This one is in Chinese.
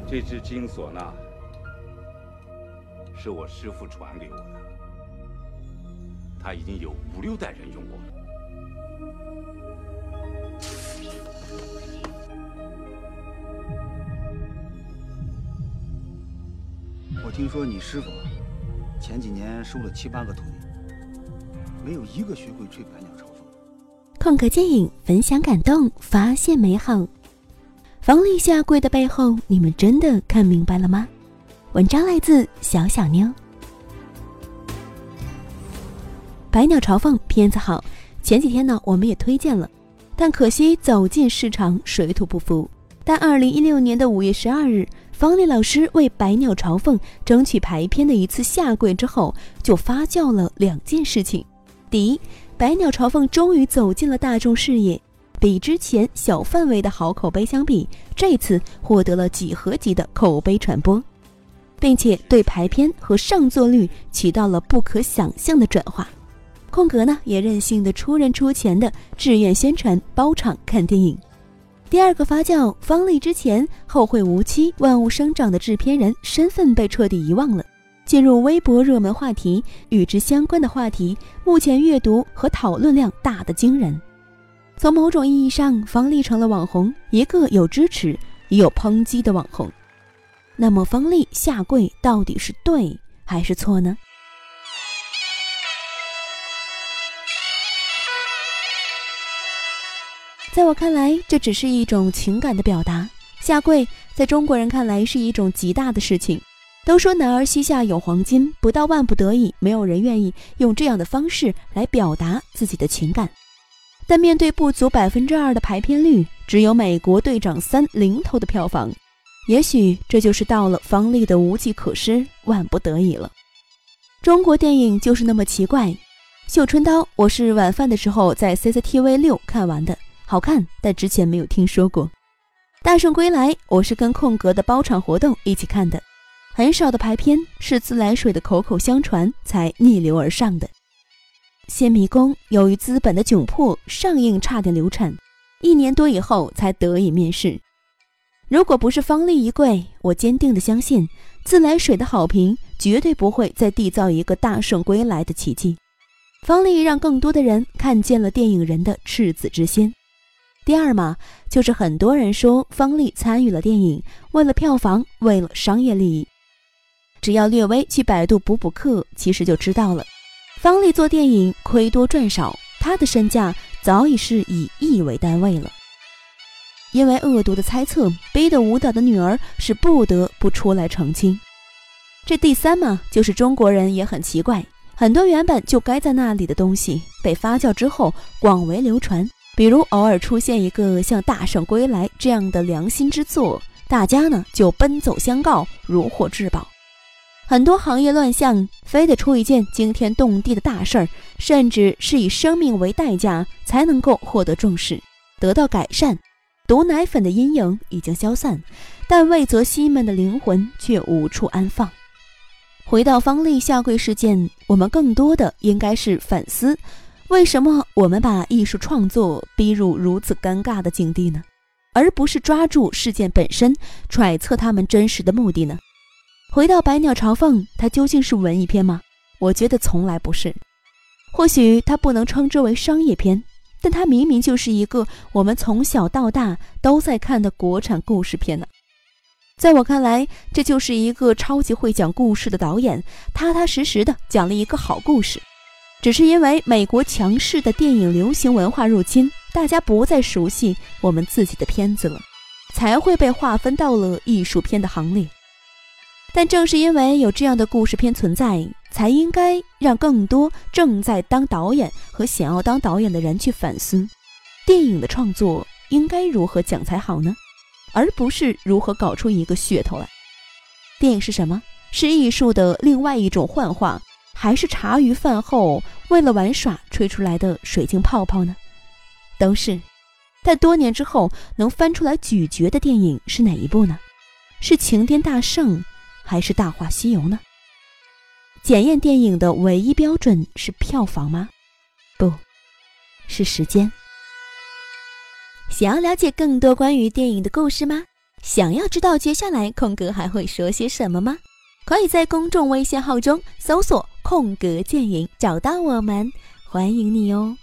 这只金唢呐是我师父传给我的，他已经有5、6代人用过了。 我听说你师傅前几年收了7、8个徒弟，没有一个学会吹百鸟朝凤。 空格电影分享感动，发现美好。方力下跪的背后，你们真的看明白了吗？文章来自小小妞。百鸟朝凤片子好，前几天呢我们也推荐了，但可惜走进市场水土不服。但2016年的5月12日，方力老师为百鸟朝凤争取排片的一次下跪之后，就发酵了2件事情。第一，百鸟朝凤终于走进了大众视野，比之前小范围的好口碑相比，这次获得了几何级的口碑传播，并且对排片和上座率起到了不可想象的转化。空格呢也任性的出人出钱的志愿宣传包场看电影。第二个发酵，方力之前后会无期万物生长的制片人身份被彻底遗忘了，进入微博热门话题，与之相关的话题目前阅读和讨论量大得惊人。从某种意义上，方力成了网红，一个有支持也有抨击的网红。那么方力下跪到底是对还是错呢？在我看来，这只是一种情感的表达。下跪在中国人看来是一种极大的事情，都说男儿膝下有黄金，不到万不得已，没有人愿意用这样的方式来表达自己的情感。但面对不足2%的排片率，只有美国队长3零头的票房，也许这就是到了方力的无计可施，万不得已了。中国电影就是那么奇怪。绣春刀我是晚饭的时候在 CCTV 6看完的，好看，但之前没有听说过。大圣归来我是跟空格的包场活动一起看的，很少的排片是自来水的口口相传才逆流而上的。仙迷宫由于资本的窘迫，上映差点流产，1年多以后才得以面世。如果不是方力一跪，我坚定地相信自来水的好评绝对不会再缔造一个大圣归来的奇迹。方力让更多的人看见了电影人的赤子之心。第二嘛，就是很多人说方力参与了电影，为了票房，为了商业利益。只要略微去百度补课，其实就知道了。方力做电影亏多赚少，他的身价早已是以亿为单位了。因为恶毒的猜测，逼得舞蹈的女儿是不得不出来澄清。这第三嘛，就是中国人也很奇怪，很多原本就该在那里的东西被发酵之后广为流传，比如偶尔出现一个像大圣归来这样的良心之作，大家呢就奔走相告，如获至宝。很多行业乱象非得出一件惊天动地的大事儿，甚至是以生命为代价才能够获得重视，得到改善。毒奶粉的阴影已经消散，但魏则西们的灵魂却无处安放。回到方力下跪事件，我们更多的应该是反思，为什么我们把艺术创作逼入如此尴尬的境地呢？而不是抓住事件本身，揣测他们真实的目的呢？回到百鸟朝凤，它究竟是文艺片吗？我觉得从来不是。或许它不能称之为商业片，但它明明就是一个我们从小到大都在看的国产故事片呢。在我看来，这就是一个超级会讲故事的导演，踏踏实实的讲了一个好故事。只是因为美国强势的电影流行文化入侵，大家不再熟悉我们自己的片子了，才会被划分到了艺术片的行列。但正是因为有这样的故事片存在，才应该让更多正在当导演和想要当导演的人去反思，电影的创作应该如何讲才好呢？而不是如何搞出一个噱头来。电影是什么？是艺术的另外一种幻化，还是茶余饭后为了玩耍吹出来的水晶泡泡呢？都是。但多年之后能翻出来咀嚼的电影是哪一部呢？是情天大圣还是大话西游呢？检验电影的唯一标准是票房吗？不，是时间。想要了解更多关于电影的故事吗？ 想要知道接下来空格还会说些什么吗？可以在公众微信号中搜索空格剑影找到我们，欢迎你哦。